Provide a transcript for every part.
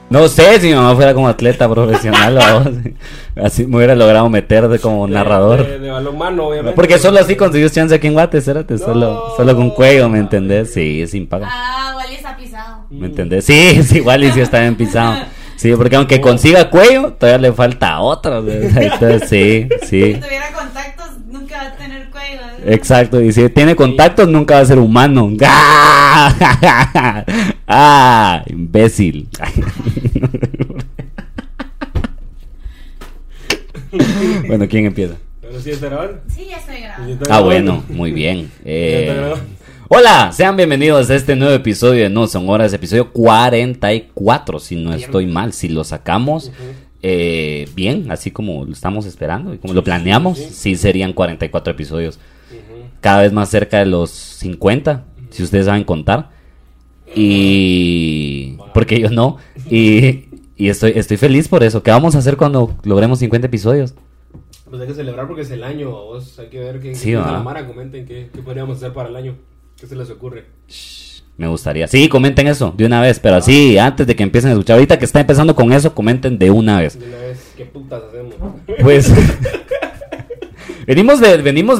No sé si mi mamá fuera como atleta profesional o así me hubiera logrado meter como narrador. De balonmano, obviamente. Porque solo así consigues chance aquí en Guate, espérate, solo con cuello, ¿me entendés? Sí, sin pago. Wally está pisado. ¿Me entendés? Sí, Wally sí está bien pisado. Sí, porque aunque consiga cuello, todavía le falta otro. Entonces, sí. Si tuviera contactos, nunca va a tener cuello. Exacto, y si tiene contactos, nunca va a ser humano. ¡Ah! Imbécil. Bueno, ¿quién empieza? ¿Pero sí está grabando? Sí, ya estoy grabando. Bueno, muy bien. Hola, sean bienvenidos a este nuevo episodio de No Son Horas, episodio 44, si no estoy mal, si lo sacamos bien, así como lo estamos esperando y como lo planeamos, sí serían 44 episodios. Cada vez más cerca de los 50, si ustedes saben contar. Y porque yo no. Y estoy feliz por eso. ¿Qué vamos a hacer cuando logremos 50 episodios? Pues hay que celebrar porque es el año, vos. Hay que ver qué sí, la Mara, comenten qué podríamos hacer para el año. ¿Qué se les ocurre? Me gustaría. Sí, comenten eso de una vez, pero así, antes de que empiecen a escuchar. Ahorita que está empezando con eso, comenten de una vez. De una vez, ¿qué putas hacemos? Pues venimos de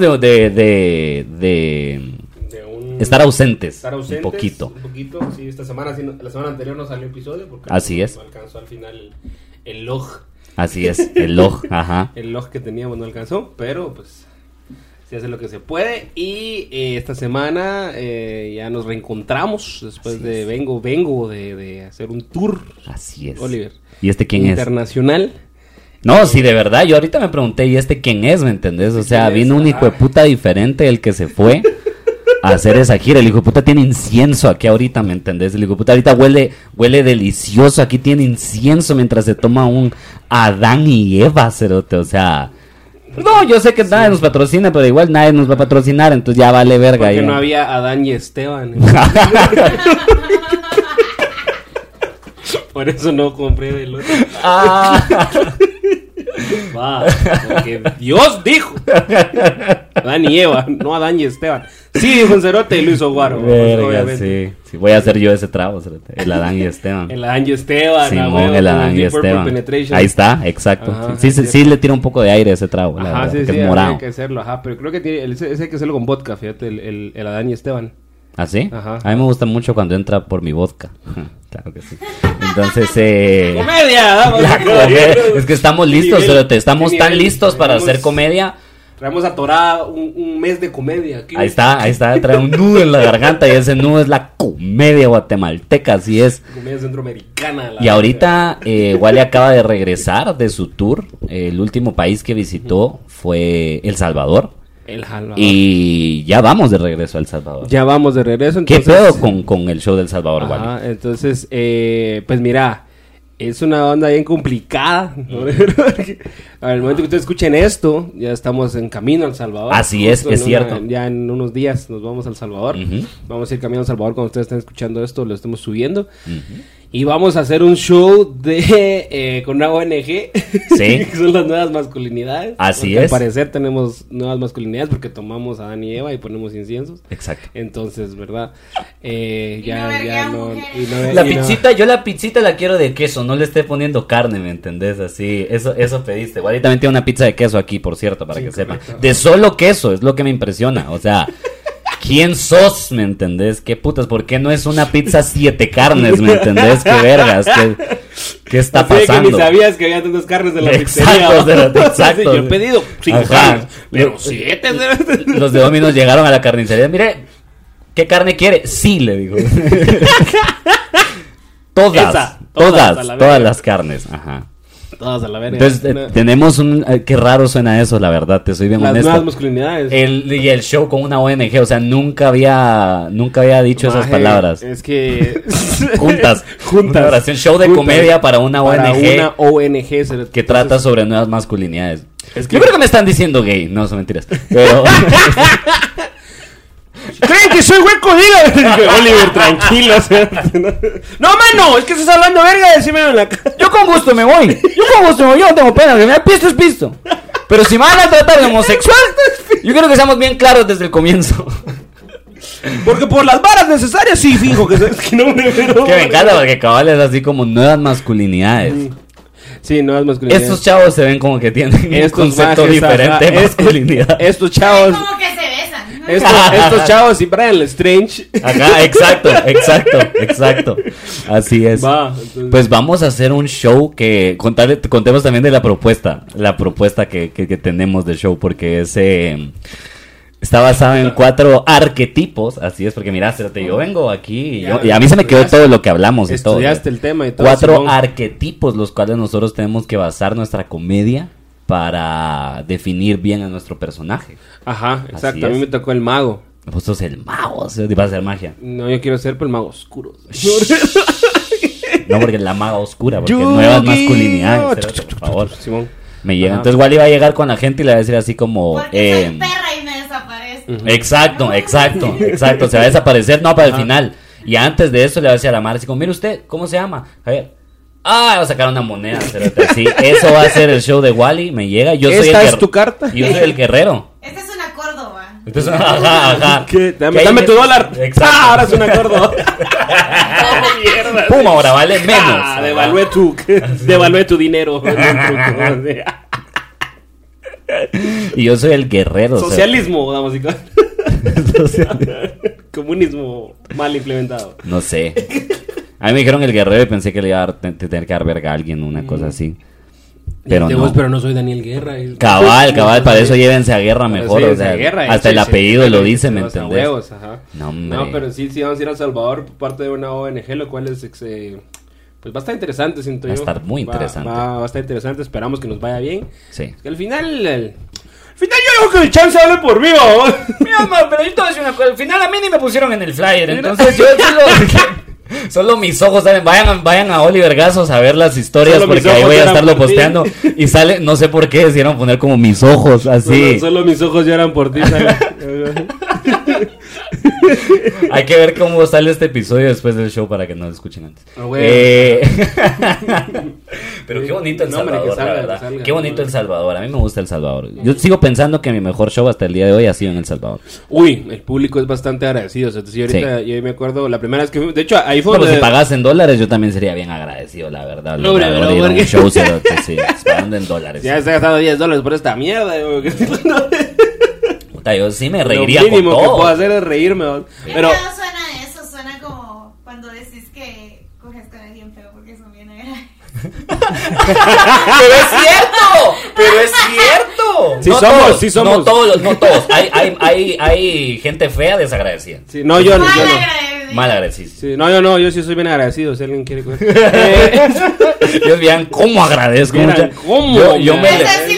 estar ausentes un poquito. Sí, esta semana, la semana anterior no salió episodio porque así es. No alcanzó al final el log. Así es, el log, ajá. El log que teníamos no alcanzó, pero pues se hace lo que se puede. Y esta semana ya nos reencontramos después así de vengo de hacer un tour. Así es. Oliver. ¿Y este quién internacional? No, sí, de verdad, yo ahorita me pregunté, ¿y este quién es? ¿Me entendés? O sea, vino un hijo de puta diferente el que se fue a hacer esa gira. El hijo de puta tiene incienso aquí ahorita, ¿me entendés? El hijo de puta ahorita huele delicioso. Aquí tiene incienso mientras se toma un Adán y Eva, cerote. O sea, no, yo sé que nadie nos patrocina, pero igual nadie nos va a patrocinar, entonces ya vale verga. Porque ya no había Adán y Esteban. Por eso no compré del otro. Va, porque Dios dijo Adán y Eva, no Adán y Esteban. Sí, dijo un cerote y lo hizo Guaro. Verga, sí, voy a hacer yo ese trago, cerote. El Adán y Esteban. El Adán y Esteban. Simón, el Adán y Esteban. Ahí está, exacto. Ajá, sí le tira un poco de aire a ese trago. Ajá, verdad, sí, es morado. Hay que hacerlo, ajá, pero creo que ese hay que hacerlo con vodka, fíjate, el Adán y Esteban. ¿Ah, sí? Ajá. A mí me gusta mucho cuando entra por mi vodka. Claro que sí. Entonces, ¡comedia! Es que estamos listos, cerote. Estamos tan listos para hacer comedia. Traemos atorada un mes de comedia. Ahí está, trae un nudo en la garganta y ese nudo es la comedia guatemalteca, así es. Comedia centroamericana. Y ahorita Wally acaba de regresar de su tour. El último país que visitó fue El Salvador. Y ya vamos de regreso a El Salvador. Ya vamos de regreso. Entonces, ¿qué pedo con el show del Salvador, Wally? Entonces, pues mira, es una banda bien complicada, ¿no? Al momento que ustedes escuchen esto, ya estamos en camino al Salvador. Así es cierto. Ya en unos días nos vamos al Salvador. Vamos a ir camino al Salvador cuando ustedes estén escuchando esto, lo estemos subiendo. Y vamos a hacer un show con una ONG. Sí. Que son las nuevas masculinidades. Así es. Al parecer tenemos nuevas masculinidades porque tomamos a Adán y Eva y ponemos inciensos. Exacto. Entonces, ¿verdad? Yo la pizzita la quiero de queso, no le esté poniendo carne, ¿me entendés? Así, eso pediste. Wally también tiene una pizza de queso aquí, por cierto, para que sepan. De solo queso, es lo que me impresiona. O sea, ¿quién sos? ¿Me entendés? ¿Qué putas? ¿Por qué no es una pizza 7 carnes? ¿Me entendés? ¿Qué vergas? ¿Qué está pasando? Que ni sabías que había tantas carnes en la pizzería. Exacto. Yo he pedido 5 carnes, pero 7. Los de Domino's llegaron a la carnicería. Mire, ¿qué carne quiere? Sí, le digo. Todas las carnes. Ajá. Todas a la verga. Entonces, tenemos qué raro suena eso, la verdad, te soy bien honesto. Las nuevas masculinidades. Y el show con una ONG, o sea, nunca había dicho esas palabras. Es que juntas. Una oración, show de comedia para una ONG que trata sobre nuevas masculinidades. Yo creo que me están diciendo gay, no son mentiras. Pero ¿creen que soy hueco? Diga. Oliver, tranquilo. No, mano, es que estás hablando verga, decímelo en la cara. Yo con gusto me voy, yo no tengo pena, que me da pisto es pisto. Pero si me van a tratar de homosexual, yo creo que seamos bien claros desde el comienzo. Porque por las varas necesarias sí fijo que no me veo. Que me encanta porque cabal es así como nuevas masculinidades. Sí, nuevas masculinidades. Estos chavos se ven como que tienen un concepto diferente de masculinidad. Estos chavos. Como que se besan. Estos chavos y Brian Lestrange. Ajá, exacto. Así es. Pues vamos a hacer un show que contemos también de la propuesta que tenemos de show, porque está basado en 4 arquetipos, así es, porque mira, yo vengo aquí y a mí se me quedó todo lo que hablamos y todo. Estudiaste el tema y todo. 4 arquetipos los cuales nosotros tenemos que basar nuestra comedia para definir bien a nuestro personaje. Ajá, exacto. A mí me tocó el mago. Vos sos el mago, vas a hacer magia. No, yo quiero ser el mago oscuro. No, porque la maga oscura, porque nuevas masculinidades, por favor. Simón. Me llega. Entonces Wally va a llegar con la gente y le va a decir así como... Porque soy perra y me desaparezco. Exacto. Se va a desaparecer, no, para el final. Y antes de eso le va a decir a la Mara así como, mire usted, ¿cómo se llama? Javier. Va a sacar una moneda. Sí, eso va a ser el show de Wally. Me llega. ¿Esta es tu carta? Yo soy el guerrero. Esta es una Córdoba. Entonces, ajá. Dame tu dólar. Exacto. Ahora es una Córdoba. Mierda. Pum, ahora vale menos. Devalué tu dinero. Y yo soy el guerrero. Socialismo, damas y caballeros. Comunismo mal implementado. No sé. A mí me dijeron el guerrero y pensé que le iba a tener que dar verga a alguien, una cosa así. Pero no. Pero no soy Daniel Guerra. Cabal, para eso llévense a guerra mejor. O sea, guerra, hasta el apellido lo dice, ¿me entendés? Huevos, ajá. No, pero sí vamos a ir a El Salvador por parte de una ONG, lo cual es pues va a estar interesante, siento yo. Va a estar muy interesante. Va a estar interesante, esperamos que nos vaya bien. Sí. Que al final yo digo que el chance hable por mí, ¿no? Mira, pero yo te voy a decir una cosa. Al final a mí ni me pusieron en el flyer, entonces yo solo mis ojos saben. Vayan a Oliver Gazos a ver las historias, porque ahí voy a estarlo posteando. Y sale, no sé por qué decidieron poner como mis ojos, así. Solo mis ojos lloran por ti, Hay que ver cómo sale este episodio después del show para que no lo escuchen antes. Pero qué bonito El Salvador, la verdad. Qué bonito El Salvador. A mí me gusta El Salvador. Yo sigo pensando que mi mejor show hasta el día de hoy ha sido en El Salvador. Uy, el público es bastante agradecido. O sea, yo ahorita yo me acuerdo la primera vez que fui. De hecho, ahí fue donde... si pagas en dólares, yo también sería bien agradecido, la verdad. Un show pagando en dólares. Ya está gastando $10 por esta mierda. Yo sí me reiría con todo. Lo mínimo que puedo hacer es reírme. Pero no suena eso, suena como cuando decís que coges con alguien feo porque son bien agradecidos. Pero es cierto. Sí somos. No todos. Hay gente fea desagradecida. Sí, no, yo no. Mal agradecido. Sí, yo sí soy bien agradecido. Si alguien quiere coger. Dios, vean cómo agradezco. Yo me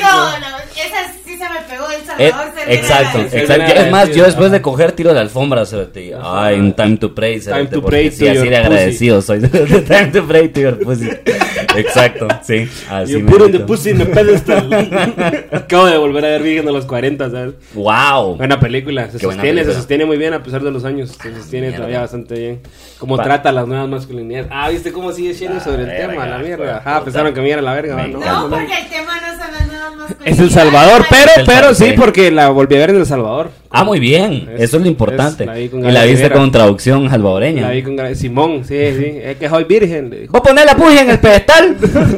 esa sí se me pegó El Salvador. Exacto. Es más, yo después de coger tiro la alfombra, un time to pray. Time to pray to your así de agradecido soy. Time to pray to your pussy. Exacto, sí. Así you put the pussy in the pedestal. Acabo de volver a ver Virgen a los 40, ¿sabes? Wow. Buena película. Se sostiene muy bien a pesar de los años. Se sostiene todavía bastante bien. Cómo trata las nuevas masculinidades. ¿Viste cómo sigue siendo sobre el tema? La mierda. Pensaron que me era la verga. No, porque el tema no son las nuevas masculinidades. Es El Salvador, pero sí, porque la volví a ver en El Salvador. Muy bien. Eso es lo importante. Y la viste con traducción salvadoreña. La vi con Simón, sí. Es que soy virgen. ¿Vos ponés la puja en el pedestal?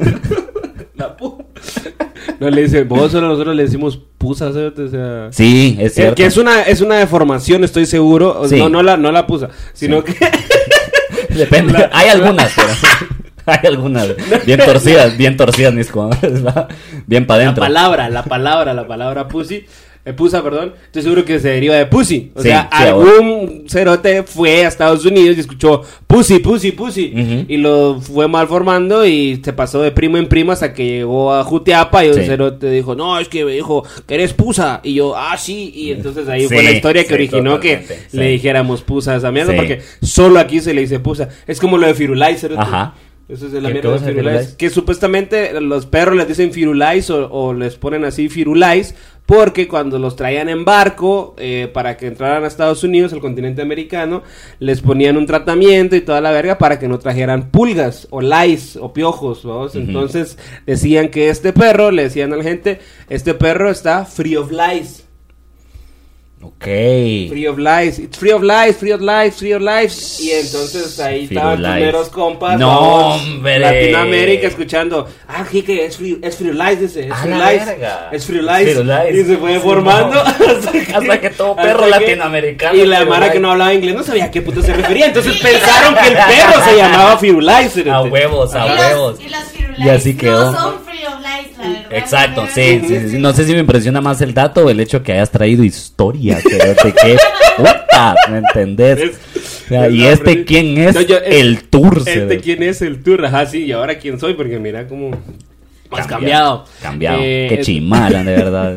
La puja. No le dicen, nosotros le decimos pusa, o sea. Sí, es cierto. Que es una deformación, estoy seguro. Sí. No la pusa, sino que. Depende. Hay algunas, pero. Hay algunas bien torcidas, mis comadres, bien para adentro. La palabra pussy, pusa, perdón, estoy seguro que se deriva de pussy. O sea, algún cerote fue a Estados Unidos y escuchó pussy, y lo fue malformando y se pasó de primo en primo hasta que llegó a Jutiapa y un cerote dijo, no, es que me dijo que eres pusa, y yo, sí, y entonces ahí fue la historia que originó que le dijéramos pusa a esa mierda, porque solo aquí se le dice pusa. Es como lo de Firulais, cerote. Ajá. Eso es de la mierda de Firulais. Que supuestamente los perros les dicen Firulais o les ponen así Firulais porque cuando los traían en barco para que entraran a Estados Unidos, al continente americano, les ponían un tratamiento y toda la verga para que no trajeran pulgas o lice o piojos, ¿vamos? Entonces decían que le decían a la gente, este perro está free of lice. Ok. Free of lies. It's free of lies, free of lies, free of lies. Y entonces ahí estaban primeros compas. No, hombre. Latinoamérica escuchando. Que es free of lies, dice. Es free lies. Es free lies. Y se fue formando. Hasta que todo perro latinoamericano. Y la mara que no hablaba inglés no sabía a qué puto se refería. Entonces pensaron que el perro se llamaba Firulais. A huevos, a huevos. Y los Firulais y así quedó. No son free of lies, la verdad. Exacto, sí. No sé si me impresiona más el dato o el hecho que hayas traído historia. Pero de qué puta, ¿me entendés? O sea, ¿y quién es? El Tour. ¿Quién es el Tour? Ajá, sí, y ahora quién soy, porque mira cómo has cambiado. Qué chimala, de verdad.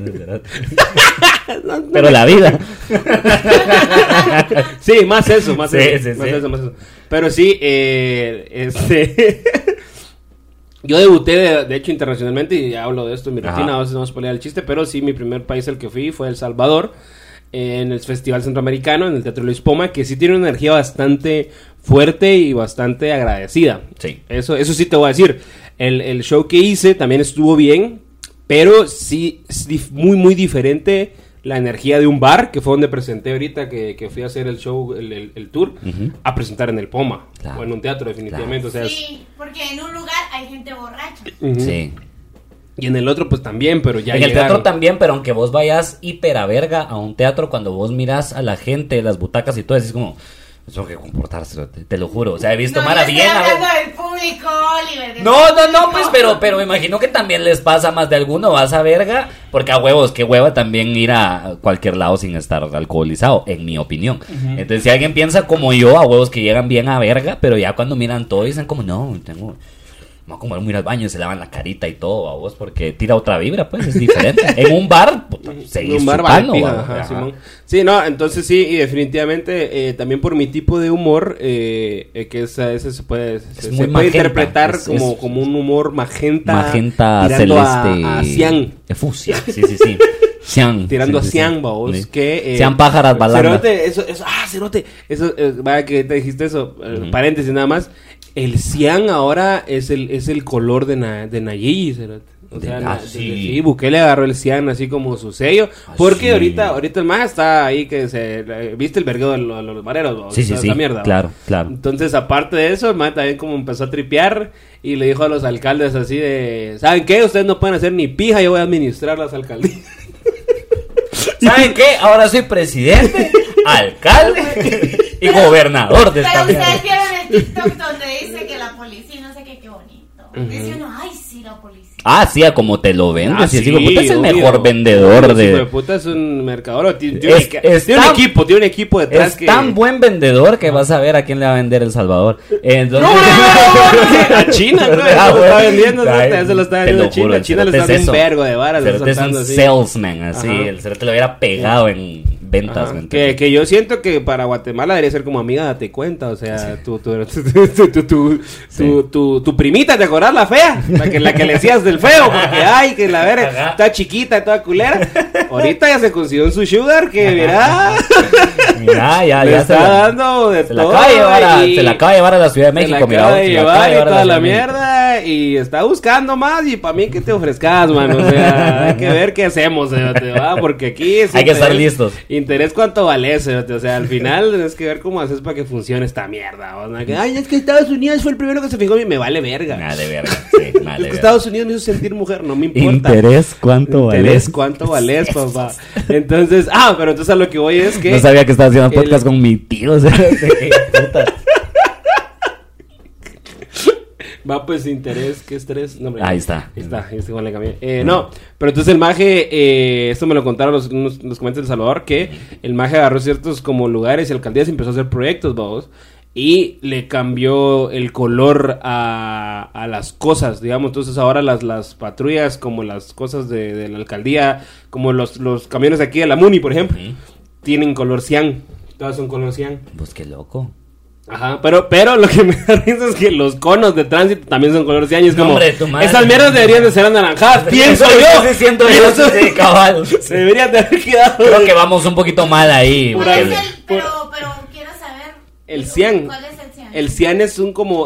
Pero la vida. Sí, más eso. Pero sí, yo debuté, de hecho, internacionalmente, y hablo de esto en mi rutina, a veces vamos a pelear el chiste, pero sí, mi primer país al que fui fue El Salvador, en el Festival Centroamericano, en el Teatro Luis Poma, que sí tiene una energía bastante fuerte y bastante agradecida. Sí. Eso sí te voy a decir. El show que hice también estuvo bien, pero sí es muy, muy diferente la energía de un bar, que fue donde presenté ahorita, que fui a hacer el show, el tour, a presentar en el Poma, o en un teatro definitivamente. Claro. O sea, sí, porque en un lugar hay gente borracha. Sí. Y en el otro pues también, pero ya en llegaron. El teatro también, pero aunque vos vayas hiper a verga a un teatro, cuando vos miras a la gente, las butacas y todo, es como... Tengo que comportarse, te lo juro. O sea, he visto Mara bien. Del público, Oliver. No, pues, pero me imagino que también les pasa más de alguno. Vas a verga, porque a huevos, qué hueva también ir a cualquier lado sin estar alcoholizado, en mi opinión. Entonces, si alguien piensa como yo, a huevos que llegan bien a verga, pero ya cuando miran todo dicen como, no, vamos a comer, ir al baño y se lavan la carita y todo, a vos, porque tira otra vibra, pues, es diferente. En un bar, seguís chupando. Sí, no, entonces sí, y definitivamente, también por mi tipo de humor, que ese se puede interpretar como un humor magenta celeste, a cian. Fucsia, sí. Cian, tirando a cian, vos, sí. que... Cian pájaras balando. Cerote, vaya que te dijiste eso, paréntesis nada más. El cian ahora es el color de Nayeli, cerote. O sea, sí, Bukele agarró el cian así como su sello, porque ahorita el más está ahí que viste el vergueo de los mareros, sí, esa mierda, claro. Entonces, aparte de eso, el man también como empezó a tripear y le dijo a los alcaldes así de, ¿saben qué? Ustedes no pueden hacer ni pija, yo voy a administrar las alcaldías. ¿Saben qué? Ahora soy presidente, alcalde y gobernador de esta mierda. Pero ustedes vieron el TikTok donde dice que la policía, no sé qué bonito. Dice uno, ay, sí, la policía. Ah, sí, a como te lo vendes. Sí, puta es el mejor vendedor de... puta es un mercador. Tiene un equipo detrás es tan buen vendedor que vas a ver a quién le va a vender El Salvador. Entonces... a China, ¿no? Está vendiendo, se lo está vendiendo a China. China le está dando un vergo de varas. Es un salesman, así. El cerote lo hubiera pegado en ventas. Que yo siento que para Guatemala debería ser como amiga, date cuenta. O sea, tu primita, ¿te acordás? La fea. La que le decías del feo, porque ay, que la verga está chiquita, toda culera. Ahorita ya se consiguió un su sugar que ya está dando de todo. Se la acaba de llevar a la Ciudad de México, mira. Se la acaba de llevar y toda la mierda. Y está buscando más. Y para mí que te ofrezcas, mano. O sea, hay que ver qué hacemos, porque aquí hay que estar listos. Interés cuánto vale, o sea, al final tienes que ver cómo haces para que funcione esta mierda. Ay, es que Estados Unidos fue el primero que se fijó y me vale verga. Nada de verga, sí, nada de verga. Estados Unidos me hizo sentir mujer, no me importa. Interés cuánto vales, papá. Entonces, pero entonces a lo que voy es que... No sabía que estaba haciendo podcast con mi tío, o sea, puta. Va, pues, interés, ¿qué estrés? No, ahí está. Igual le cambié. No, pero entonces el maje, esto me lo contaron los comentarios de Salvador, que el maje agarró ciertos como lugares y alcaldías y empezó a hacer proyectos, vamos, y le cambió el color a las cosas, digamos. Entonces ahora las patrullas, como las cosas de la alcaldía, como los camiones de aquí de la Muni, por ejemplo, tienen color cian. Todas son color cian. Pues qué loco. Ajá, pero lo que me da risa es que los conos de tránsito también son color cian. Es como, hombre, tu madre, esas mierdas deberían de ser anaranjadas. Pienso yo. Sí, cabal. Se deberían de haber quedado. Creo que vamos un poquito mal ahí. Pero quiero saber. El cian. ¿Cuál es el cian? El cian es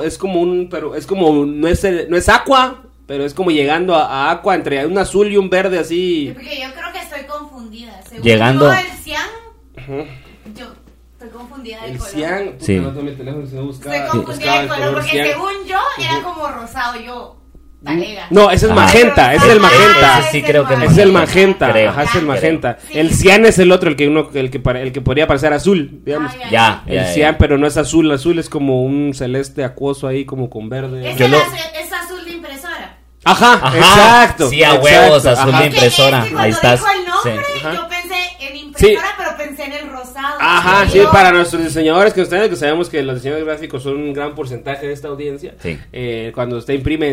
no es aqua, pero es como llegando a aqua entre un azul y un verde así. Porque yo creo que estoy confundida. Según llegando. El cian Yo estoy confundida del El color. cian, Sí. no tomé el teléfono, se buscaba. Estoy confundida del color porque cian. según yo era como rosado. Yo, talega. No, ese es magenta, ese es el magenta. Ese sí creo que Es el magenta, Creo. ajá, es el magenta. Sí. El cian es el otro, el que podría parecer azul, digamos. Ya. El cian, pero no es azul, azul es como un celeste acuoso ahí, como con verde. Es, es azul de impresora. Ajá, exacto. Sí, a exacto, huevos, azul ajá. de impresora. Es que cuando Ahí estás. dijo el nombre, Sí. yo pensé en impresora, pero pensé en el rosado. Ajá, Y sí, yo- para nuestros diseñadores que ustedes, que sabemos que los diseñadores gráficos son un gran porcentaje de esta audiencia. Sí. Cuando usted imprime en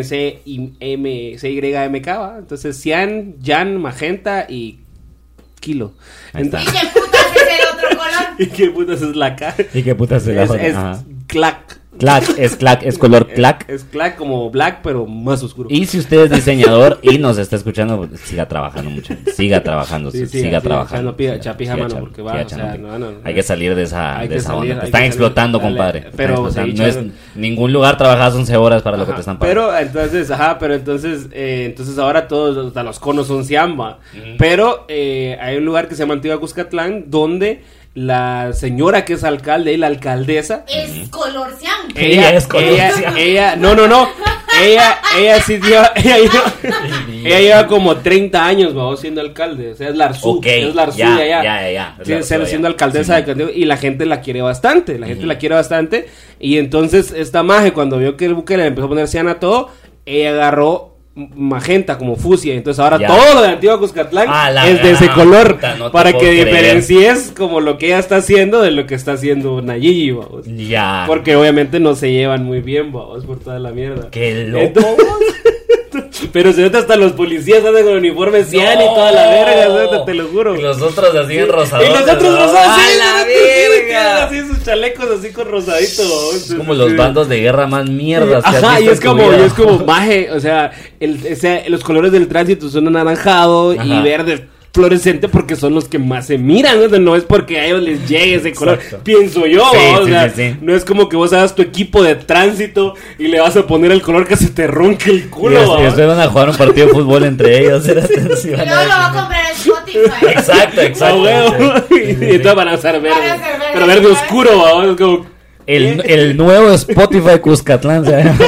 CYMK, ¿va? Entonces cian, jan, magenta y kilo. Ahí está. ¿Y qué putas es el otro color? ¿Y qué putas es la K? ¿Y qué puta se la Es Ajá. clack. Clack, es color clack. Es clack como black, pero más oscuro. Y si usted es diseñador y nos está escuchando, pues, siga trabajando mucho. Siga trabajando, Sí, sí, siga sí, trabajando. echando Siga- chapija, siga mano, echando- porque va, siga o sea, echando no, hay que salir de esa, hay de que esa salir, onda. hay Te que están salir. explotando, Dale, compadre. Te pero están explotando. sí, No es echando- ningún lugar trabajas 11 horas para lo que te están pagando. Pero entonces ahora todos hasta los conos son Siamba. Pero hay un lugar que se llama Antigua Cuscatlán donde la señora que es alcalde y la alcaldesa, Es color cian. Ella es color cian. no, ella sí lleva, ella lleva como 30 años, vamos, siendo alcalde, o sea, es la Arzú, Ok, es la Arzú ya, de allá. ya. Es Sí, la Arzú de siendo allá. alcaldesa Sí, de Candeo, y la gente la quiere bastante, y entonces esta maje cuando vio que el Bukele le empezó a poner cian a todo, ella agarró magenta como fucsia, entonces ahora Ya. todo lo de Antigua Cuscatlán La es de ese gran color, puta, no te para puedo que creer. diferencies como lo que ella está haciendo de lo que está haciendo Nayib, vamos. Ya. Porque obviamente no se llevan muy bien, vamos, por toda la mierda. Qué loco. Entonces- pero se nota hasta los policías andan con uniforme cian y toda la verga, se nota, te lo juro. Y los otros así en rosado. Y los otros rosados, ¡A sí, la sí, sí, verga! así sus chalecos así con rosadito. Es como los bandos de guerra más mierdas que has Ajá, y visto es en tu como, vida. maje, o sea, los colores del tránsito son anaranjado y Ajá. verde fluorescente porque son los que más se miran, ¿no? No es porque a ellos les llegue ese color, Exacto. pienso yo, Sí, ¿no? O sí, sea, sí. no es como que vos hagas tu equipo de tránsito y le vas a poner el color que se te ronque el Y culo, ¿va? después van a jugar un partido de fútbol entre ellos. Era Y luego lo va a comprar en Spotify. Exacto, A exacto. huevo. Sí. Y entonces van a ser verde, Van a ser verde, pero verde ¿sabes? oscuro, ¿va? Es como El nuevo Spotify Cuscatlán.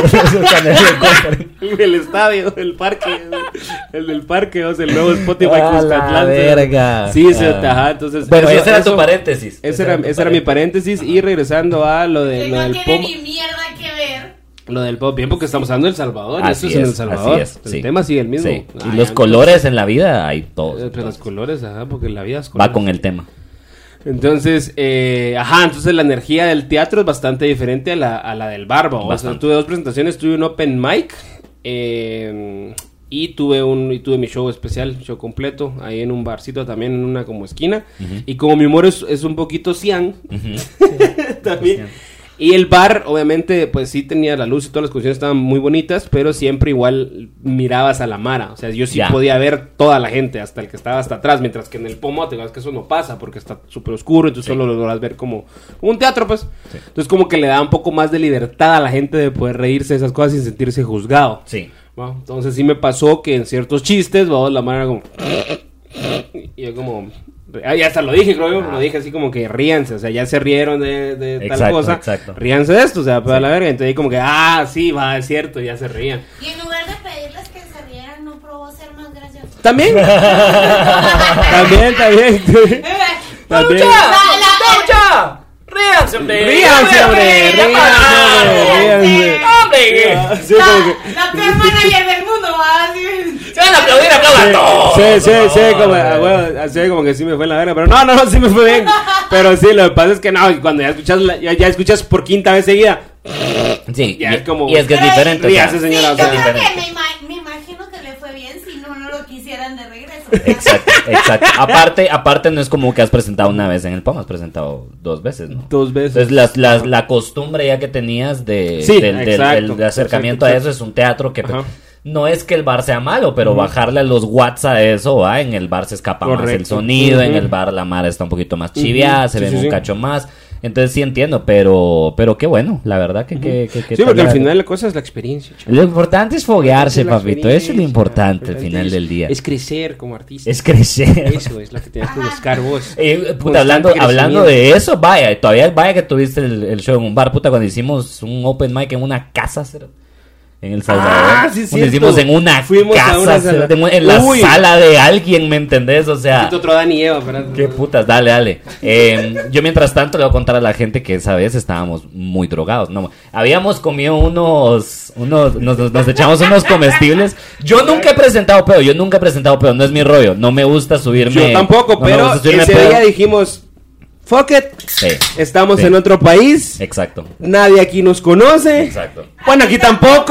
el estadio, el parque, el del parque, o sea, el nuevo Spotify A la Cuscatlán. verga. Sí, Ah. ajá, entonces. Bueno, eso- ese era tu eso- paréntesis. Ese era mi paréntesis. Y regresando a lo Que de lo no del tiene POM. ni mierda que ver. Lo del POM, bien, porque estamos hablando del Salvador. Y Así eso es en es, El Salvador. así es, El sí. tema sigue el mismo. Sí. Ah, Y los ya, colores en la vida hay todos. Pero los colores, ajá, porque la vida es Va color. con el tema. Entonces, entonces la energía del teatro es bastante diferente a la del bar, ¿va? O sea, Bastante. tuve 2 presentaciones, tuve un open mic y tuve mi show especial, show completo, ahí en un barcito también, en una como esquina. Y como mi humor es un poquito cian, también. Y el bar, obviamente, pues sí tenía la luz y todas las condiciones estaban muy bonitas, pero siempre igual mirabas a la mara. O sea, yo sí Ya. podía ver toda la gente, hasta el que estaba hasta atrás, mientras que en el pomo, te digo, es que eso no pasa porque está súper oscuro, entonces solo lo logras ver como un teatro, pues. Entonces, como que le da un poco más de libertad a la gente de poder reírse de esas cosas sin sentirse juzgado. Sí. ¿Va? Entonces, sí me pasó que en ciertos chistes, vamos, la mara era como. Y yo, como. Ya hasta lo dije, creo yo, lo dije así como que ríanse, o sea, ya se rieron de tal Exacto, cosa, exacto. ríanse de esto, o sea, para la verga, entonces ahí como que, sí, va, es cierto, ya se rían. Y en lugar de pedirles que se rieran, no probó ser más gracioso. También, también, también. ¡Paucha! ¡Ríanse, hombre! Ríanse, hombre, ríanse. ¡Hombre! Sí, como que, La peor manager del mundo, va así. ¡Se van a aplaudir, aplaudan todos! sí, como, así como que sí me fue en la verga, pero no, sí me fue bien, pero sí, lo que pasa es que no, cuando ya escuchas, ya escuchas por quinta vez seguida, Sí, Ya es como- y es que es diferente. o sea, Ríase, señora, Sí, o sea, yo creo diferente. que me imagino que le fue bien si no lo quisieran de regreso. Exacto, exacto. Aparte no es como que has presentado una vez en el POM, has presentado 2 veces, ¿no? 2 veces. Entonces la costumbre ya que tenías Sí, exacto, del acercamiento exacto. a eso es un teatro que Ajá. no es que el bar sea malo, pero bajarle a los watts a eso, en el bar se escapa más el Correcto. sonido, en Ujú. el bar la mara está un poquito más chiviada, se Sí, ven sí, un sí. cacho más. Entonces sí entiendo, pero qué bueno, la verdad que sí, porque al final la cosa es la experiencia, chaval. Lo importante es foguearse, papito. Eso es lo importante al final del día. Es crecer como artista. Es crecer. Eso es lo que tienes que buscar vos. Puta, hablando de eso, vaya que tuviste el show en un bar, puta, cuando hicimos un open mic en una casa, en El Salvador. Sí, lo hicimos en una casa, en la sala de alguien, ¿me entendés? O sea, otro Dan y Eva, ¿verdad? Qué putas, dale. Yo mientras tanto le voy a contar a la gente que esa vez estábamos muy drogados. No, habíamos comido nos echamos unos comestibles. Yo nunca he presentado pedo, no es mi rollo. No me gusta subirme. Yo tampoco, pero ese día dijimos, fuck it. Sí, estamos en otro país. Exacto. Nadie aquí nos conoce. Exacto. Bueno, aquí tampoco.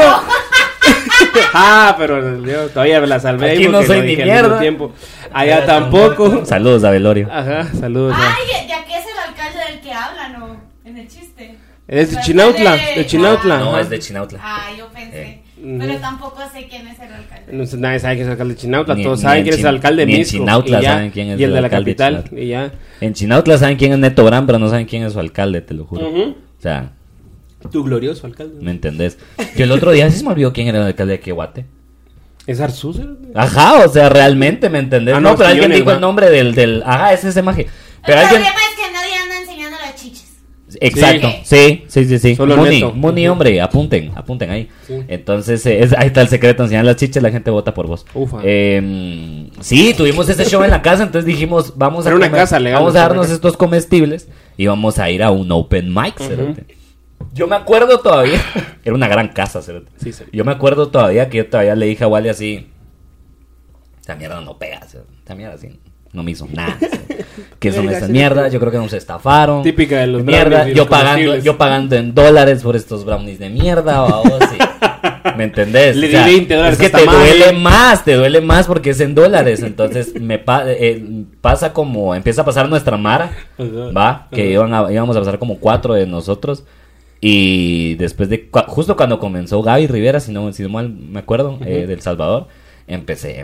Pero yo todavía me la salvé. Aquí no soy ni mierda. Allá tampoco. Saludos a Velorio. Ajá, saludos. Ay, ¿de qué es el alcalde del que hablan o en el chiste? Es de Chinautla, de Chinautla. No, es de Chinautla. Yo pensé. Pero tampoco sé quién es el alcalde. Nadie sabe quién es el alcalde de Chinautla. Todos saben quién es el alcalde de Misco. En Chinautla saben quién es el de la capital. Y ya. En Chinautla saben quién es Neto Brand, pero no saben quién es su alcalde, te lo juro. O sea, tu glorioso alcalde. ¿Me entendés? Yo el otro día sí se me olvidó quién era el alcalde de Quehuate. ¿Es Arzús? Ajá, o sea, realmente, ¿me entendés? No, pero alguien dijo el nombre del... Ajá, es ese maje. Pero el alguien... problema es que nadie anda enseñando las chichas. Exacto, sí. Solo Muni, hombre, apunten ahí. Sí. Entonces, ahí está el secreto, enseñar las chichas, la gente vota por vos. Ufa. Sí, tuvimos ese show en la casa, entonces dijimos, vamos a darnos estos comestibles y vamos a ir a un open mic, Yo me acuerdo todavía, era una gran casa, sí. Yo me acuerdo todavía que yo todavía le dije a Wally así, esta mierda no pega, esta mierda así. No me hizo nada. ¿Qué son estas mierdas? Yo creo que nos estafaron. Típica de los mierda. Yo pagando en dólares por estos brownies de mierda. ¿Me entendés? Le di $20. Es que te duele más porque es en dólares. Entonces pasa como empieza a pasar nuestra mara, ¿va? Que íbamos a pasar como 4 de nosotros. Y después de justo cuando comenzó Gaby Rivera, si no mal me acuerdo, del Salvador, empecé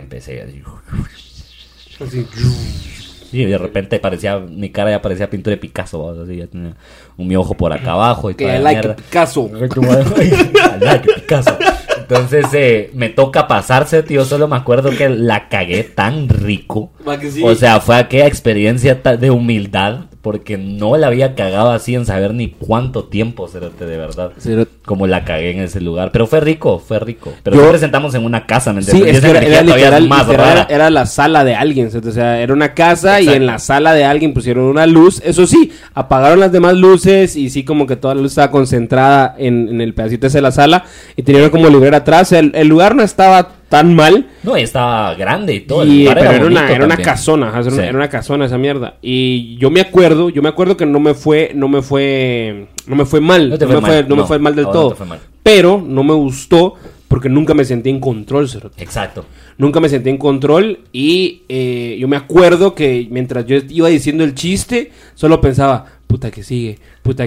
así, y de repente mi cara ya parecía pintura de Picasso, así, ya tenía mi ojo por acá abajo y toda la mierda. Picasso. Picasso. Entonces me toca pasarse, tío. Solo me acuerdo que la cagué tan rico. Sí. O sea, fue aquella experiencia de humildad, porque no la había cagado así en saber ni cuánto tiempo, de verdad. Como la cagué en ese lugar. Pero fue rico. Pero nos presentamos en una casa, ¿me entiendes? Sí, era literal, era la sala de alguien. O sea, era una casa. Exacto. Y en la sala de alguien pusieron una luz. Eso sí, apagaron las demás luces y sí como que toda la luz estaba concentrada en el pedacito ese de la sala y tenían como librera atrás. El lugar no estaba tan mal. No, y estaba grande y todo. Pero era una casona, era una casona esa mierda. Y yo me acuerdo que no me fue mal. No me fue mal del todo. Pero no me gustó porque nunca me sentí en control, cerote. Exacto. Nunca me sentí en control y yo me acuerdo que mientras yo iba diciendo el chiste, solo pensaba, puta que sigue.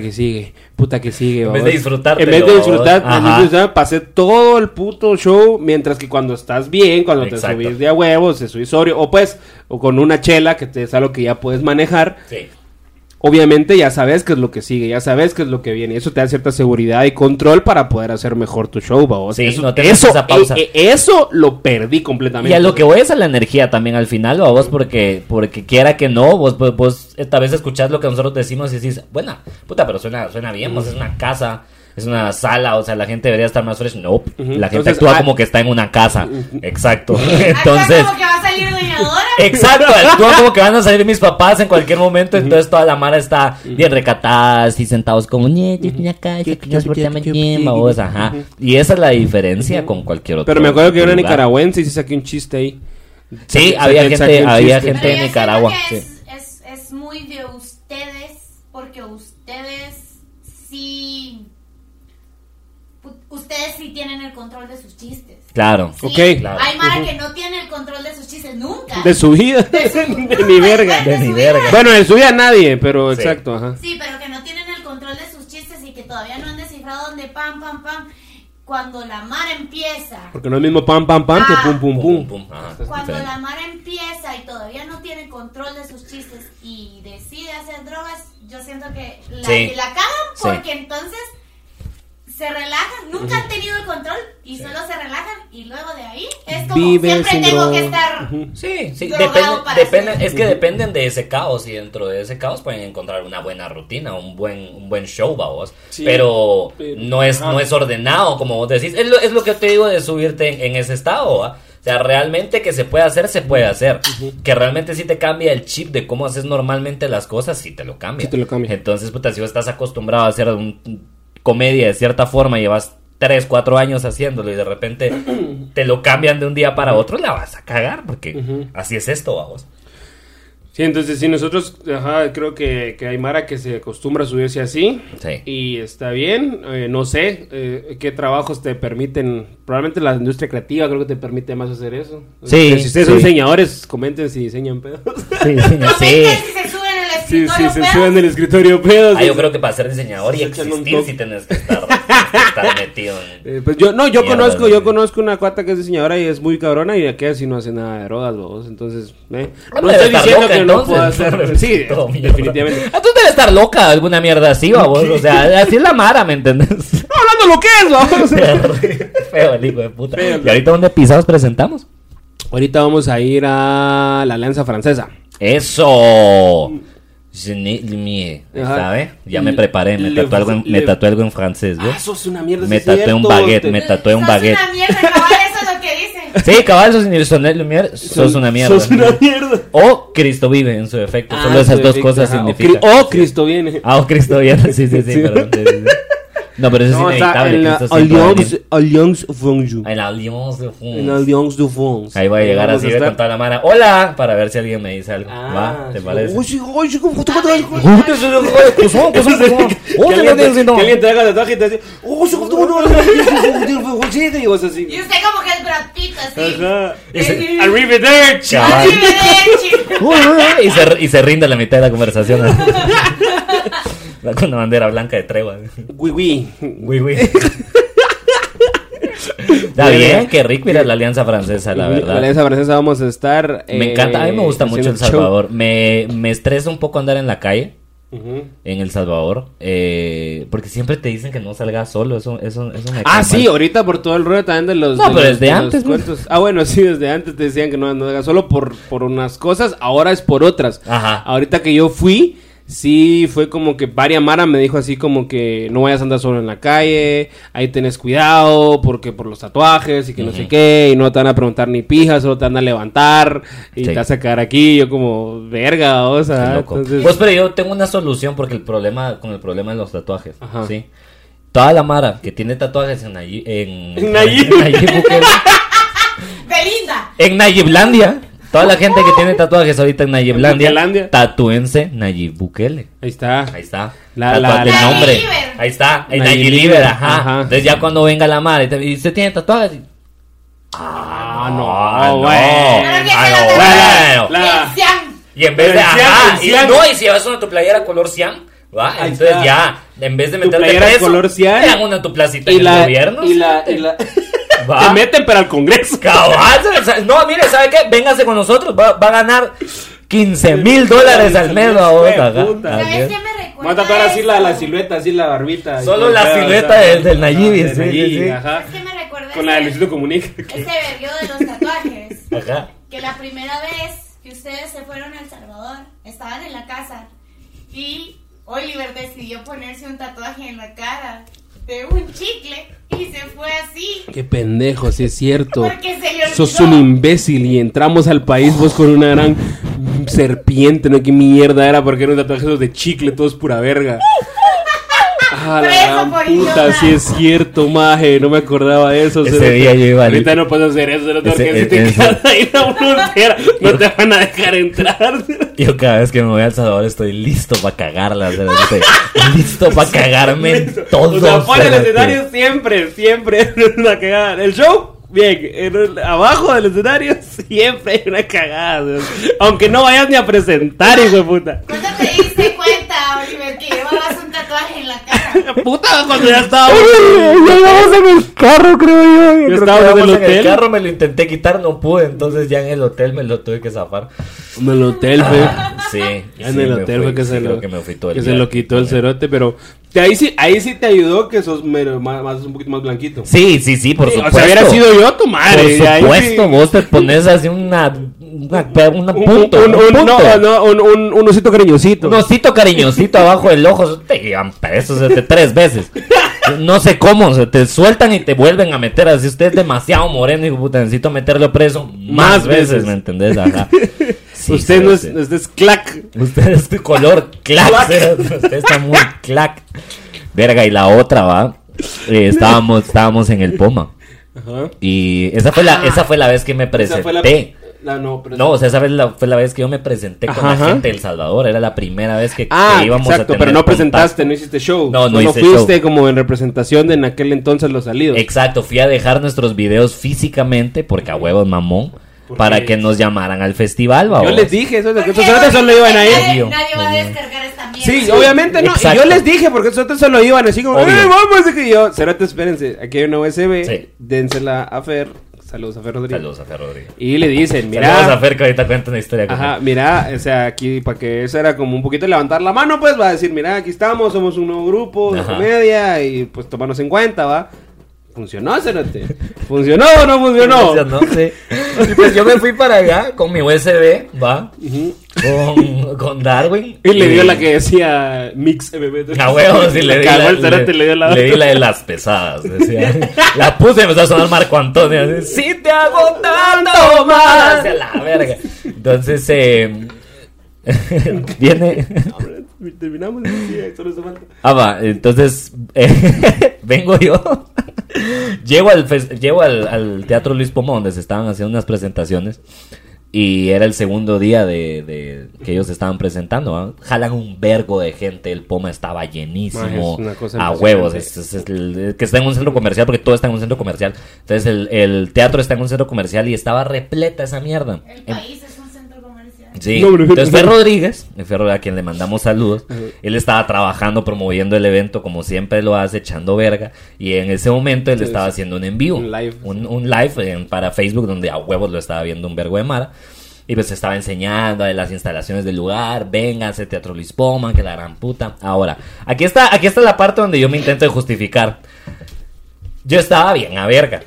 En vez de disfrutar, pasé todo el puto show, mientras que cuando estás bien, cuando te subís de a huevos, te subís sobrio, o con una chela, que es algo que ya puedes manejar. Sí. Obviamente ya sabes qué es lo que sigue, ya sabes qué es lo que viene. Eso te da cierta seguridad y control para poder hacer mejor tu show, ¿va? Sí, eso lo perdí completamente. Y a lo que voy es a la energía también al final, ¿va? Vos porque quiera que no, vos tal vez escuchás lo que nosotros decimos y decís, buena, puta, pero suena bien, pues es una casa, es una sala, o sea, la gente debería estar más fresh. No, la gente actúa como que está en una casa. Exacto. Entonces, como que va a salir Doña Dora. Exacto, actúa como que van a salir mis papás en cualquier momento. Entonces toda la mara está bien recatada, así sentados como ajá. Y esa es la diferencia con cualquier otro. Pero me acuerdo que era nicaragüense y se saqué un chiste ahí. Sí, había gente de Nicaragua. Es muy de ustedes, porque ustedes sí tienen el control de sus chistes. Claro. Sí, okay. Claro. Hay mara que no tiene el control de sus chistes nunca. De su vida. De ni verga. Bueno, de su vida nadie, pero sí. Exacto, ajá. Sí, pero que no tienen el control de sus chistes y que todavía no han descifrado dónde pam. cuando la mara empieza. Porque no es mismo pam, pam, pam que pum, pum, pum. Pum. Cuando la mara empieza y todavía no tiene control de sus chistes y decide hacer drogas, yo siento que la cagan porque entonces se relajan, nunca han tenido el control y solo se relajan y luego de ahí es como siempre tengo que estar depende, es que dependen de ese caos y dentro de ese caos pueden encontrar una buena rutina, un buen show, vamos, pero no es ordenado como vos decís, es lo que te digo de subirte en ese estado, ¿va? O sea, realmente que se puede hacer, que realmente sí te cambia el chip de cómo haces normalmente las cosas, sí te lo cambia. Entonces, puta, si vos estás acostumbrado a hacer comedia de cierta forma, llevas 3-4 años haciéndolo y de repente te lo cambian de un día para otro, la vas a cagar porque así es esto, vamos. Sí, entonces sí, nosotros creo que hay mara que se acostumbra a subirse así y está bien, no sé qué trabajos te permiten, probablemente la industria creativa creo que te permite más hacer eso. Si ustedes son diseñadores, comenten si diseñan pedos. Sí, se suben el escritorio pedos. Yo creo que para ser diseñador y existir sí tenés que estar metido en... pues yo conozco una cuata que es diseñadora y es muy cabrona y aquella sí no hace nada de drogas, vos. Entonces, no estoy diciendo que no puedo hacer... Sí, definitivamente. Tú debes estar loca, alguna mierda así, vos. O sea, así es la mara, ¿me entendés? Hablando lo que es, vos. Feo el hijo de puta. ¿Y ahorita dónde pisados presentamos? Ahorita vamos a ir a la Alianza Francesa. ¡Eso! ¿Sabe? Ya me preparé, me tatué algo en francés, ¿ves? Sos una mierda. Me tatué un baguette, Sos una mierda, cabal, eso es lo que dicen. Sí, cabal, sos una mierda. Sos una mierda. O Cristo vive en su efecto, solo esas dos cosas significan. O Cristo viene. O Cristo viene, sí, perdón. No, pero eso es inevitable. En la Alliance Franchou. En la Alliance de France. Ahí voy a llegar así con toda la mano. Hola, para ver si alguien me dice algo. ¿Va? ¿Te parece? Que alguien te haga tatuaje y te dice, y vos así. Y usted como que es Brad Pitt, así. Arrivederci. Y se rinde la mitad de la conversación. Con una bandera blanca de tregua. Oui. Está bien, qué rico ir a la Alianza Francesa, la verdad. La Alianza Francesa vamos a estar. Me encanta, a mí me gusta mucho El Salvador. Me estresa un poco andar en la calle. En El Salvador, porque siempre te dicen que no salgas solo, eso me sí, ahorita por todo el rollo también de los... No, pero desde antes, cuentos. Bueno, sí, desde antes te decían que no hagas solo por unas cosas, ahora es por otras. Ahorita que yo fui, sí fue como que varias mara me dijo así como que no vayas a andar solo en la calle, ahí tenés cuidado porque por los tatuajes y que no sé qué, y no te van a preguntar ni pijas, solo te van a levantar y te vas a quedar aquí. Yo como verga, o sea, entonces... Pues pero yo tengo una solución porque el problema de los tatuajes, ¿sí? Toda la mara que tiene tatuajes en Nayib Bukele, Belinda, en Nayiblandia. Toda la gente que tiene tatuajes ahorita en Nayiblandia, tatúense Nayib Bukele. Ahí está. El nombre. Ahí está. En Nayib, ajá. Entonces ya cuando venga la madre y usted tiene tatuajes. Y en vez de y si llevas una tu playera color cian, ¿va? Entonces ya, en vez de meterte preso, color cian, te dan una tu placita en el gobierno. Te meten para el Congreso. Cabal, no, mire, ¿sabe qué? Véngase con nosotros, va a ganar $15,000 al mes. ¿Sabes qué me recuerda? Va a tatuar así la silueta, así la barbita. Solo la silueta del Nayib. Sí. Ajá. ¿Sabes qué me recuerda? Con la de Luisito Comunica. Ese vergueo de los tatuajes. Ajá. Que la primera vez que ustedes se fueron a El Salvador, estaban en la casa y Oliver decidió ponerse un tatuaje en la cara de un chicle y se fue así. Qué pendejo, sí es cierto. Porque se le olvidó. Sos un imbécil y entramos al país vos con una gran serpiente, ¿no? ¿Qué mierda era? Porque eran tatuajes de chicle, todos pura verga. La gran puta, sí es cierto, maje, no me acordaba de eso. Ese día yo iba ahorita no puedo hacer eso, porque si te quedas ahí la frontera, no te van a dejar entrar. Yo cada vez que me voy a El Salvador estoy listo para cagarla, listo para cagarme en todo. O sea, fuera del escenario siempre una cagada. El show, bien, abajo del escenario siempre hay una cagada, aunque no vayas ni a presentar, hijo de puta. ¿Cuándo te diste cuenta, Oliver, que llevabas un tatuaje en la cara? Puta, cuando ya estábamos. Llegamos en el carro, creo yo. Estábamos en el carro, me lo intenté quitar, no pude. Entonces ya en el hotel me lo tuve que zafar. En el hotel, fue. Sí. En el hotel fue que se lo quitó el cerote. cerote, pero ahí sí te ayudó que sos un poquito más blanquito. Sí, por supuesto. O sea, hubiera sido yo tu madre. Por supuesto, sí. Vos te pones así un osito cariñosito. Un osito cariñosito abajo del ojo. Te llevan presos 3 veces. No sé cómo, se te sueltan y te vuelven a meter. Así usted es demasiado moreno y puta, necesito meterlo preso más veces, ¿me entendés? Ajá. Sí, usted no es clack. Usted es de color clack. Usted está muy clack. Verga, y la otra, va. Estábamos en el Poma. Ajá. Y esa fue la vez que me presenté. Esa fue la vez que yo me presenté con la gente de El Salvador. Era la primera vez que íbamos a tener pero no presentaste, no hiciste show. No hice fuiste show. Como en representación de en aquel entonces Los Salidos. Exacto, fui a dejar nuestros videos físicamente porque a huevos mamón. Para que nos llamaran al festival, ¿va? Yo les dije, eso de que estos solo iban a ir. Nadie va a descargar esta mierda. Sí, obviamente no. Y yo les dije, porque estos solo iban así como, vamos, que yo. Cerote, espérense, aquí hay una USB, sí. Dénsela a Fer. Saludos a Fer Rodríguez. Y le dicen, mira. Saludos a Fer, que ahorita cuenta una historia. Ajá, mira, o sea, aquí, para que eso era como un poquito levantar la mano, pues, va a decir, mira, aquí estamos, somos un nuevo grupo de comedia, y pues tomarnos en cuenta, va. ¿Funcionó, cerote? ¿Funcionó o no funcionó? Funcionó, sí. Y pues yo me fui para allá con mi USB, ¿va? Con Darwin. Y le dio la que decía Mix MB. A huevos, sí, le di la de las pesadas. Decía. La puse y empezó a sonar Marco Antonio. Así, ¡sí te hago tanto más! Hacia la verga. Entonces, viene... Terminamos, solo se falta. Va, entonces vengo yo. Llego al Teatro Luis Poma, donde se estaban haciendo unas presentaciones. Y era el segundo día de que ellos estaban presentando, ¿no? Jalan un vergo de gente. El Poma estaba llenísimo. A huevos. Que está en un centro comercial, porque todo está en un centro comercial. Entonces el teatro está en un centro comercial y estaba repleta esa mierda. El país es un centro comercial. Sí, entonces Fer Rodríguez, a quien le mandamos saludos, él estaba trabajando, promoviendo el evento como siempre lo hace, echando verga, y en ese momento él estaba haciendo un en vivo, un live para Facebook, donde a huevos lo estaba viendo un vergo de mara, y pues estaba enseñando de las instalaciones del lugar, vénganse, Teatro Luis Poma, que la gran puta. Ahora, aquí está la parte donde yo me intento de justificar. Yo estaba bien a verga.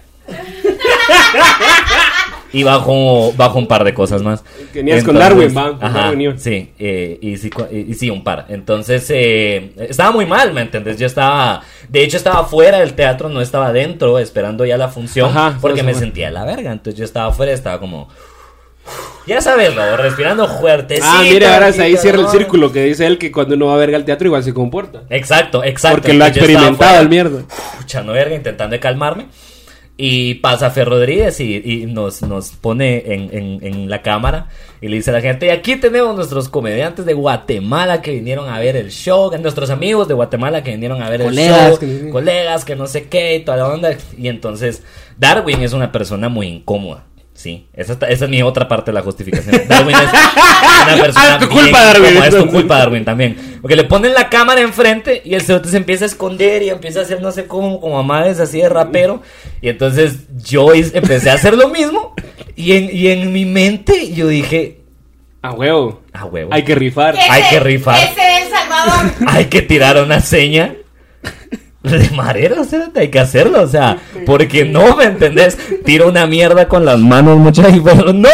Y bajo un par de cosas más. Tenías con Darwin, va. Ajá, sí, y sí, un par. Entonces, estaba muy mal, ¿me entendés? De hecho, estaba fuera del teatro, no estaba dentro, esperando ya la función, porque me sentía de la verga. Entonces, yo estaba afuera, estaba como... Ya sabes, ¿no? Respirando fuerte. Mira, ahora ahí cierra el círculo, que dice él que cuando uno va a verga al teatro igual se comporta. Exacto. Porque lo ha experimentado el mierda. Escuchando verga, intentando de calmarme. Y pasa Fer Rodríguez y nos pone en la cámara y le dice a la gente: y aquí tenemos nuestros comediantes de Guatemala que vinieron a ver el show, nuestros amigos de Guatemala que vinieron a ver el show, colegas que no sé qué y toda la onda. Y entonces Darwin es una persona muy incómoda. Sí, esa es mi otra parte de la justificación. Darwin es una persona es tu culpa, Darwin. Es tu culpa, Darwin, también. Porque le ponen la cámara enfrente y el cerote se empieza a esconder y empieza a hacer no sé cómo, como amagues así de rapero. Y entonces yo empecé a hacer lo mismo. Y en mi mente yo dije... A huevo. Hay que rifar. Hay que rifar. Ese es El Salvador. Hay que tirar una seña. De marero, o sea, hay que hacerlo, o sea, porque no, ¿me entendés? Tiro una mierda con las manos, muchachos, pero no,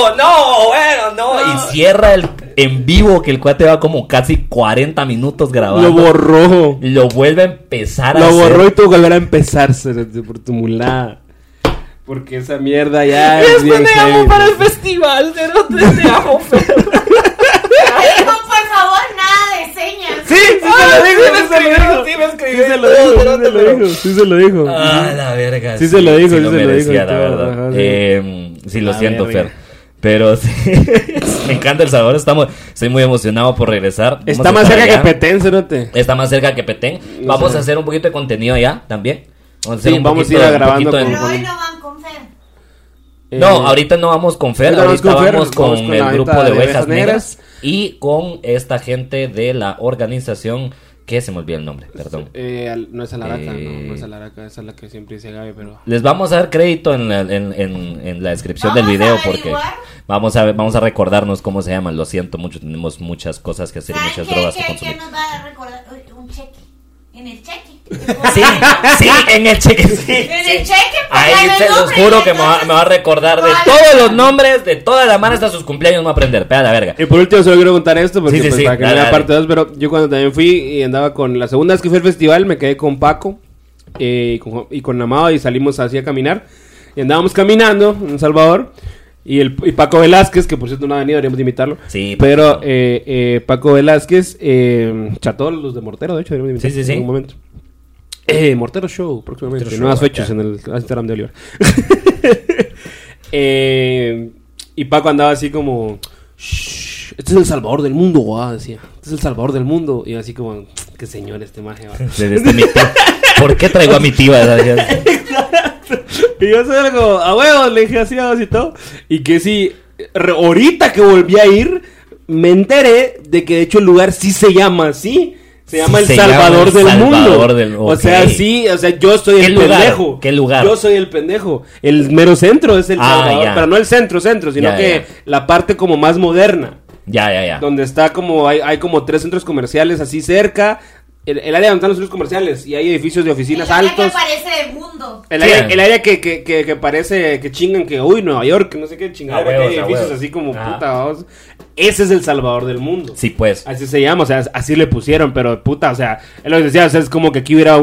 y cierra el en vivo, que el cuate va como casi 40 minutos grabando. Lo borró. Lo vuelve a empezar Lo borró y tuvo que volver a empezarse por tu mulada. Porque esa mierda ya es bien te amo para el festival, pero te amo, Fer. Por favor, nada de señas. Sí, sí se lo dijo. Ah, la verga. Sí se lo dijo, sí lo merecía, la verdad. Ajá, sí, lo siento, verga. Fer. Pero sí, me encanta El Salvador, estoy muy emocionado por regresar. Está más cerca que Petén, cerote. Está más cerca que Petén. Vamos a hacer un poquito de contenido allá también. Vamos a ir grabando. Pero hoy no van con Fer. No, ahorita no vamos con Fer, ahorita vamos con el grupo de Ovejas Negras y con esta gente de la organización ¿Qué? Se me olvidó el nombre, perdón. No es Alaraca, no es Alaraca, esa es la que siempre dice Gaby, pero... Les vamos a dar crédito en la descripción del video porque vamos a recordarnos cómo se llaman. Lo siento mucho, tenemos muchas cosas que hacer y muchas drogas que consumir. ¿Qué nos va a recordar? Un cheque. En el cheque. Sí, en el cheque, sí. En el cheque, ahí se los juro que me va a recordar de todos los nombres, de toda la mano hasta sus cumpleaños, me va a aprender, pega la verga. Y por último solo quiero contar esto, porque sí, para que no haya parte 2, pero yo cuando también fui y andaba con, la segunda vez que fui al festival, me quedé con Paco y con Amado y salimos así a caminar, y andábamos caminando en Salvador. Y Paco Velázquez, que por cierto no ha venido, deberíamos de invitarlo. Sí, pero Paco Velázquez, cható los de Mortero, de hecho, deberíamos de invitarlo en algún momento. Mortero Show, próximamente. Mortero Nuevas Show, fechas en el Instagram de Oliver. Y Paco andaba así como... Este es el salvador del mundo, guau, decía. Este es el salvador del mundo. Y así como... Qué señor este maje, va. ¿Por qué traigo a mi tía? Y yo soy como, a huevos, le dije así y todo. Y que sí, ahorita que volví a ir, me enteré de que de hecho el lugar sí se llama así. Se llama El Salvador del Mundo. Okay. O sea, sí, o sea, yo soy el pendejo. ¿Qué lugar? Yo soy el pendejo. El mero centro es El Salvador, ya. Pero no el centro, sino que la parte como más moderna. Ya. Donde está como, hay como 3 centros comerciales así cerca. El área donde están los centros comerciales y hay edificios de oficinas altos. El área que parece el mundo. El área que parece que chingan que, uy, Nueva York, no sé qué chingadera, que hay edificios así como puta, vamos. Ese es El Salvador del mundo. Sí, pues. Así se llama, o sea, así le pusieron, pero puta, o sea, él lo que decía, o sea, es como que aquí hubiera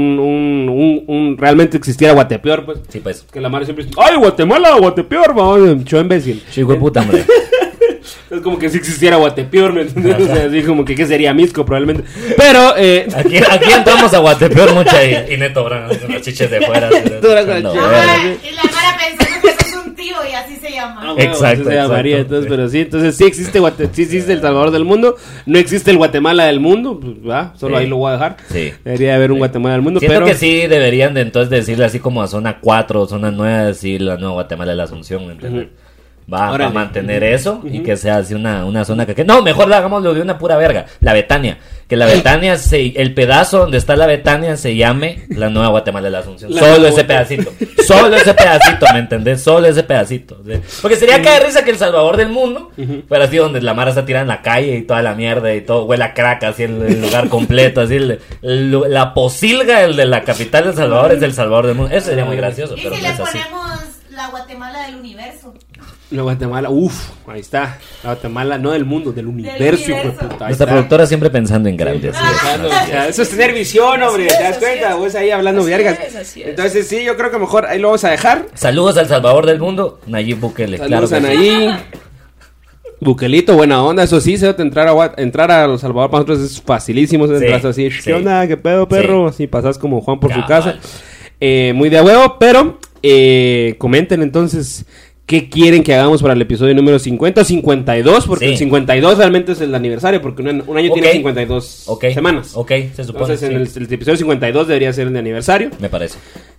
realmente existiera Guatepeor, pues. Sí, pues. Que la madre siempre dice, ¡ay, Guatemala, Guatepeor! Vamos, yo imbécil. Chico de puta, hombre. Es como que si existiera Guatepeor, ¿me entiendes? O sea, así como que ¿qué sería Misco probablemente? Pero, aquí entramos a Guatepeor mucha y Neto Brana con las chiches de fuera. Y la Mara pensando que es un tío y así se llama. Exacto. Se llamaría, entonces, pero sí, entonces sí existe sí existe El Salvador del Mundo, no existe el Guatemala del mundo, pues va, solo ahí lo voy a dejar. Sí. Debería haber un Guatemala del mundo, siento pero que sí deberían de entonces decirle así como a zona 4, zona 9, decir la nueva Guatemala de la Asunción, ¿me entiendes? Va a mantener eso y que sea así una zona que... No, mejor hagámoslo de una pura verga. La Betania. Que la Betania, el pedazo donde está la Betania se llame la Nueva Guatemala de la Asunción. Solo ese pedacito. Solo ese pedacito, ¿me entendés? Solo ese pedacito. Porque sería que de risa que El Salvador del Mundo fuera así donde la mara está tirada en la calle y toda la mierda y todo huele a crack, así el lugar completo, así la posilga, el de la capital de El Salvador es El Salvador del Mundo. Eso sería muy gracioso. ¿Y pero si no le es así. ponemos la Guatemala del universo? La Guatemala, ahí está. La Guatemala, no del mundo, del universo. Hijo de puta. Nuestra productora siempre pensando en grandes. Eso es tener visión, hombre. ¿Te das cuenta? Vos ahí hablando vergas. Entonces, sí, yo creo que mejor ahí lo vamos a dejar. Saludos al Salvador del Mundo, Nayib Bukele. Saludos a Nayib. Bukelito, buena onda, eso sí, entrar a El Salvador para nosotros es facilísimo. Entras así, ¿qué onda? ¿Qué pedo, perro? Así pasas como Juan por su casa. Muy de huevo, pero comenten entonces qué quieren que hagamos para el episodio número 50 o 52, porque el 52 realmente es el aniversario, porque un año tiene 52 semanas. Se supone. Entonces el episodio 52 debería ser el de aniversario. Me parece.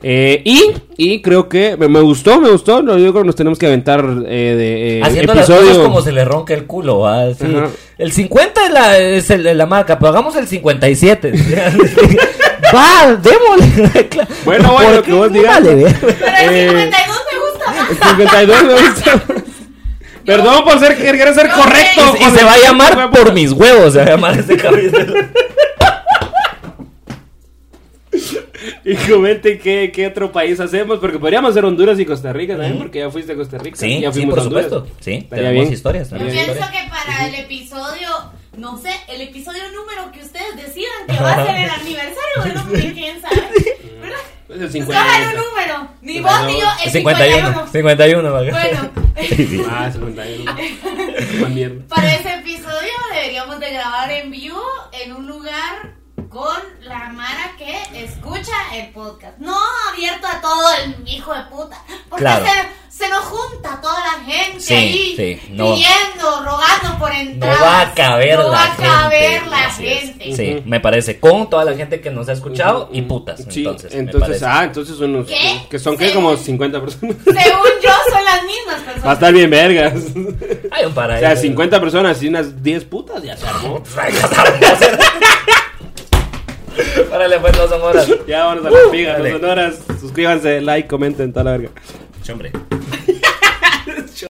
Y creo que me gustó. Yo creo que nos tenemos que aventar haciendo las cosas como se le ronca el culo. Sí. El 50 es la marca, pero hagamos el 57. Va, démosle. Bueno, lo que vos digas. Pero el 52 me gusta. El 52 me gusta. Perdón por querer ser correcto. Y se va a llamar Por Mis Huevos. Se va a llamar este capítulo. Y comenten qué otro país hacemos, porque podríamos hacer Honduras y Costa Rica también, porque ya fuiste a Costa Rica. Sí, ya fuimos por supuesto. Sí, tenemos historias. Yo pienso que para el episodio, no sé, el episodio número que ustedes decidan que va a ser el aniversario, bueno, quién sabe, ¿verdad? Es el 50. Escojan un número, ni vos ni yo, el 51. 51, bueno. 51. Para ese episodio deberíamos de grabar en vivo en un lugar con la mara que escucha el podcast. No abierto a todo el hijo de puta. Porque se nos junta toda la gente ahí pidiendo, rogando por entrar. No va a caber la gente. Sí, me parece. Con toda la gente que nos ha escuchado y putas. Sí, entonces son unos que son como 50 personas. Según yo son las mismas personas. Va a estar bien vergas. Hay un paraíso. O sea, 50 personas y unas 10 putas ya se armó. Órale, pues, no son horas. Ya, vámonos a la piga, no son horas. Suscríbanse, like, comenten, toda la verga. Hombre.